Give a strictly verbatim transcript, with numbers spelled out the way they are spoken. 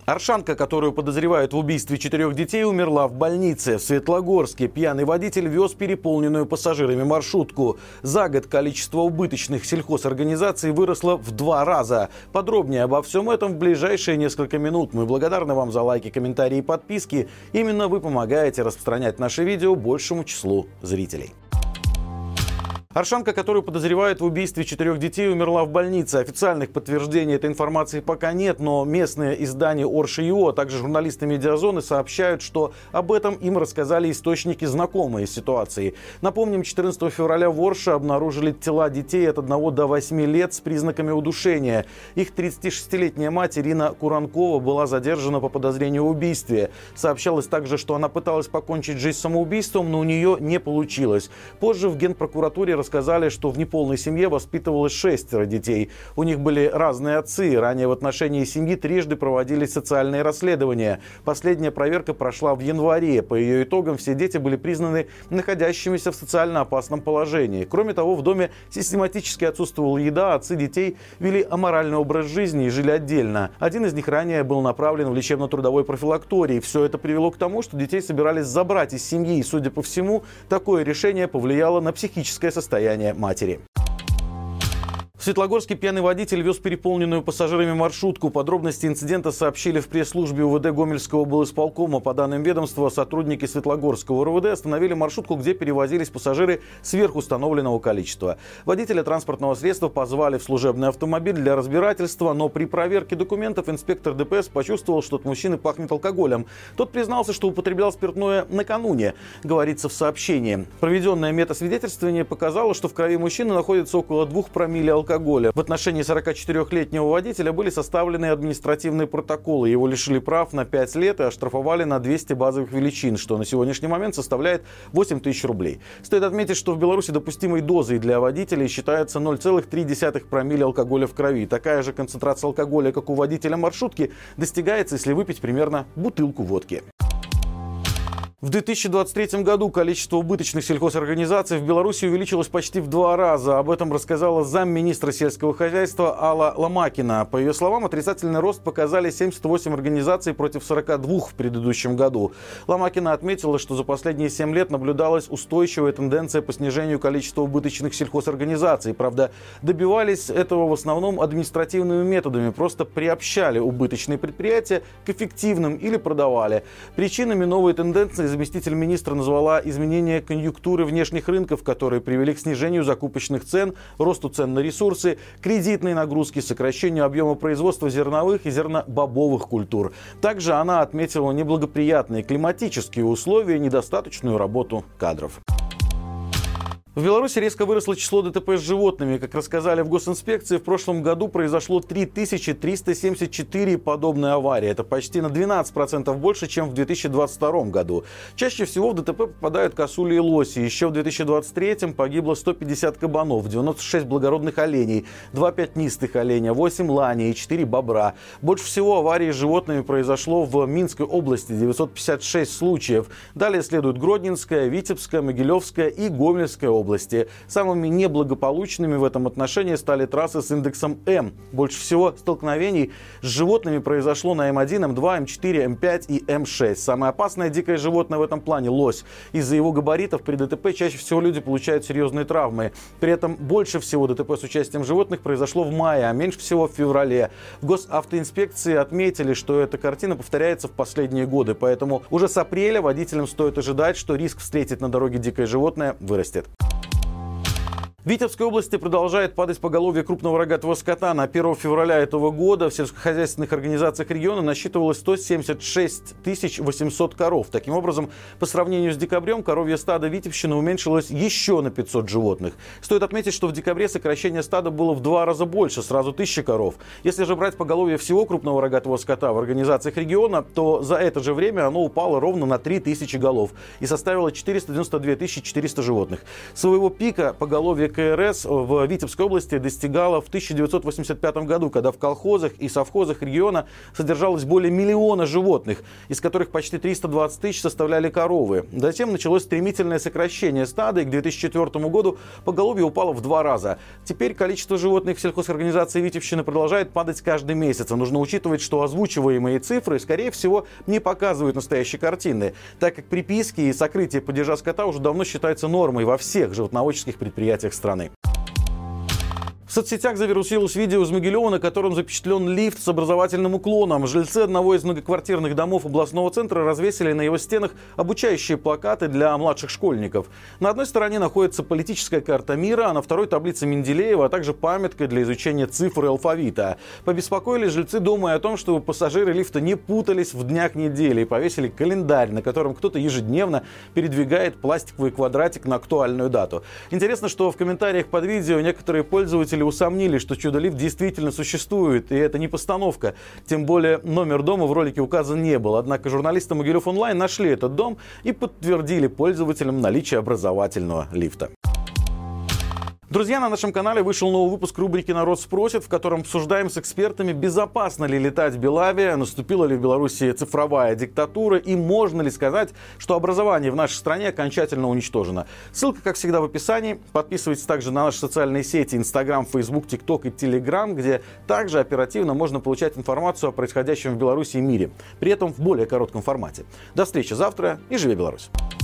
Аршанка, которую подозревают в убийстве четырех детей, умерла в больнице. В Светлогорске пьяный водитель вез переполненную пассажирами маршрутку. За год количество убыточных сельхозорганизаций выросло в два раза. Подробнее обо всем этом в ближайшие несколько минут. Мы благодарны вам за лайки, комментарии и подписки. Именно вы помогаете распространять наше видео большему числу зрителей. Аршанка, которую подозревают в убийстве четырех детей, умерла в больнице. Официальных подтверждений этой информации пока нет, но местные издания Орш.ю, а также журналисты Медиазоны сообщают, что об этом им рассказали источники, знакомые с ситуацией. Напомним, четырнадцатого февраля в Орше обнаружили тела детей от одного до восьми лет с признаками удушения. Их тридцатишестилетняя мать Ирина Куранкова была задержана по подозрению в убийстве. Сообщалось также, что она пыталась покончить жизнь самоубийством, но у нее не получилось. Позже в Генпрокуратуре рассказали, что в неполной семье воспитывалось шестеро детей. У них были разные отцы. Ранее в отношении семьи трижды проводились социальные расследования. Последняя проверка прошла в январе. По ее итогам все дети были признаны находящимися в социально опасном положении. Кроме того, в доме систематически отсутствовала еда, отцы детей вели аморальный образ жизни и жили отдельно. Один из них ранее был направлен в лечебно-трудовой профилакторий. Все это привело к тому, что детей собирались забрать из семьи. И, судя по всему, такое решение повлияло на психическое состояние матери. В Светлогорске пьяный водитель вез переполненную пассажирами маршрутку. Подробности инцидента сообщили в пресс-службе УВД Гомельского облисполкома. По данным ведомства, сотрудники Светлогорского РУВД остановили маршрутку, где перевозились пассажиры сверхустановленного количества. Водителя транспортного средства позвали в служебный автомобиль для разбирательства, но при проверке документов инспектор ДПС почувствовал, что от мужчины пахнет алкоголем. Тот признался, что употреблял спиртное накануне, говорится в сообщении. Проведенное метасвидетельствование показало, что в крови мужчины находится около двух промилле алкоголя. В отношении сорокачетырёхлетнего водителя были составлены административные протоколы. Его лишили прав на пять лет и оштрафовали на двести базовых величин, что на сегодняшний момент составляет восемь тысяч рублей. Стоит отметить, что в Беларуси допустимой дозой для водителей считается ноль целых три десятых промилле алкоголя в крови. Такая же концентрация алкоголя, как у водителя маршрутки, достигается, если выпить примерно бутылку водки. В две тысячи двадцать третьем году количество убыточных сельхозорганизаций в Беларуси увеличилось почти в два раза. Об этом рассказала замминистра сельского хозяйства Алла Ломакина. По ее словам, отрицательный рост показали семьдесят восемь организаций против сорока двух в предыдущем году. Ломакина отметила, что за последние семь лет наблюдалась устойчивая тенденция по снижению количества убыточных сельхозорганизаций. Правда, добивались этого в основном административными методами. Просто приобщали убыточные предприятия к эффективным или продавали. Причинами новой тенденции заместитель министра назвала изменение конъюнктуры внешних рынков, которые привели к снижению закупочных цен, росту цен на ресурсы, кредитной нагрузки, сокращению объема производства зерновых и зернобобовых культур. Также она отметила неблагоприятные климатические условия и недостаточную работу кадров. В Беларуси резко выросло число ДТП с животными. Как рассказали в госинспекции, в прошлом году произошло три тысячи триста семьдесят четыре подобные аварии. Это почти на двенадцать процентов больше, чем в две тысячи двадцать втором году. Чаще всего в ДТП попадают косули и лоси. Еще в две тысячи двадцать третьем погибло сто пятьдесят кабанов, девяносто шесть благородных оленей, два пятнистых оленя, восемь ланей и четыре бобра. Больше всего аварий с животными произошло в Минской области, девятьсот пятьдесят шесть случаев. Далее следуют Гродненская, Витебская, Могилевская и Гомельская области. области. Самыми неблагополучными в этом отношении стали трассы с индексом М. Больше всего столкновений с животными произошло на М один, М два, М четыре, М пять и М шесть. Самое опасное дикое животное в этом плане – лось. Из-за его габаритов при ДТП чаще всего люди получают серьезные травмы. При этом больше всего ДТП с участием животных произошло в мае, а меньше всего в феврале. В госавтоинспекции отметили, что эта картина повторяется в последние годы, поэтому уже с апреля водителям стоит ожидать, что риск встретить на дороге дикое животное вырастет. В Витебской области продолжает падать поголовье крупного рогатого скота. На первое февраля этого года в сельскохозяйственных организациях региона насчитывалось сто семьдесят шесть тысяч восемьсот коров. Таким образом, по сравнению с декабрем, коровье стадо Витебщины уменьшилось еще на пятьсот животных. Стоит отметить, что в декабре сокращение стада было в два раза больше, сразу тысяча коров. Если же брать поголовье всего крупного рогатого скота в организациях региона, то за это же время оно упало ровно на три тысячи голов и составило четыреста девяносто две тысячи четыреста животных. Своего пика поголовье ка эр эс в Витебской области достигала в тысяча девятьсот восемьдесят пятом году, когда в колхозах и совхозах региона содержалось более миллиона животных, из которых почти триста двадцать тысяч составляли коровы. Затем началось стремительное сокращение стада, и к две тысячи четвёртому году поголовье упало в два раза. Теперь количество животных в сельхозорганизации Витебщины продолжает падать каждый месяц. Нужно учитывать, что озвучиваемые цифры, скорее всего, не показывают настоящей картины, так как приписки и сокрытие падежа скота уже давно считаются нормой во всех животноводческих предприятиях страны. В соцсетях завирусилось видео из Могилева, на котором запечатлен лифт с образовательным уклоном. Жильцы одного из многоквартирных домов областного центра развесили на его стенах обучающие плакаты для младших школьников. На одной стороне находится политическая карта мира, а на второй таблица Менделеева, а также памятка для изучения цифр и алфавита. Побеспокоились жильцы, думая о том, чтобы пассажиры лифта не путались в днях недели, и повесили календарь, на котором кто-то ежедневно передвигает пластиковый квадратик на актуальную дату. Интересно, что в комментариях под видео некоторые пользователи усомнились, что чудо-лифт действительно существует, и это не постановка. Тем более номер дома в ролике указан не был. Однако журналисты Могилев онлайн нашли этот дом и подтвердили пользователям наличие образовательного лифта. Друзья, на нашем канале вышел новый выпуск рубрики «Народ спросит», в котором обсуждаем с экспертами, безопасно ли летать в Белавия, наступила ли в Беларуси цифровая диктатура и можно ли сказать, что образование в нашей стране окончательно уничтожено. Ссылка, как всегда, в описании. Подписывайтесь также на наши социальные сети Instagram, Facebook, TikTok и Telegram, где также оперативно можно получать информацию о происходящем в Беларуси и мире, при этом в более коротком формате. До встречи завтра и живи Беларусь!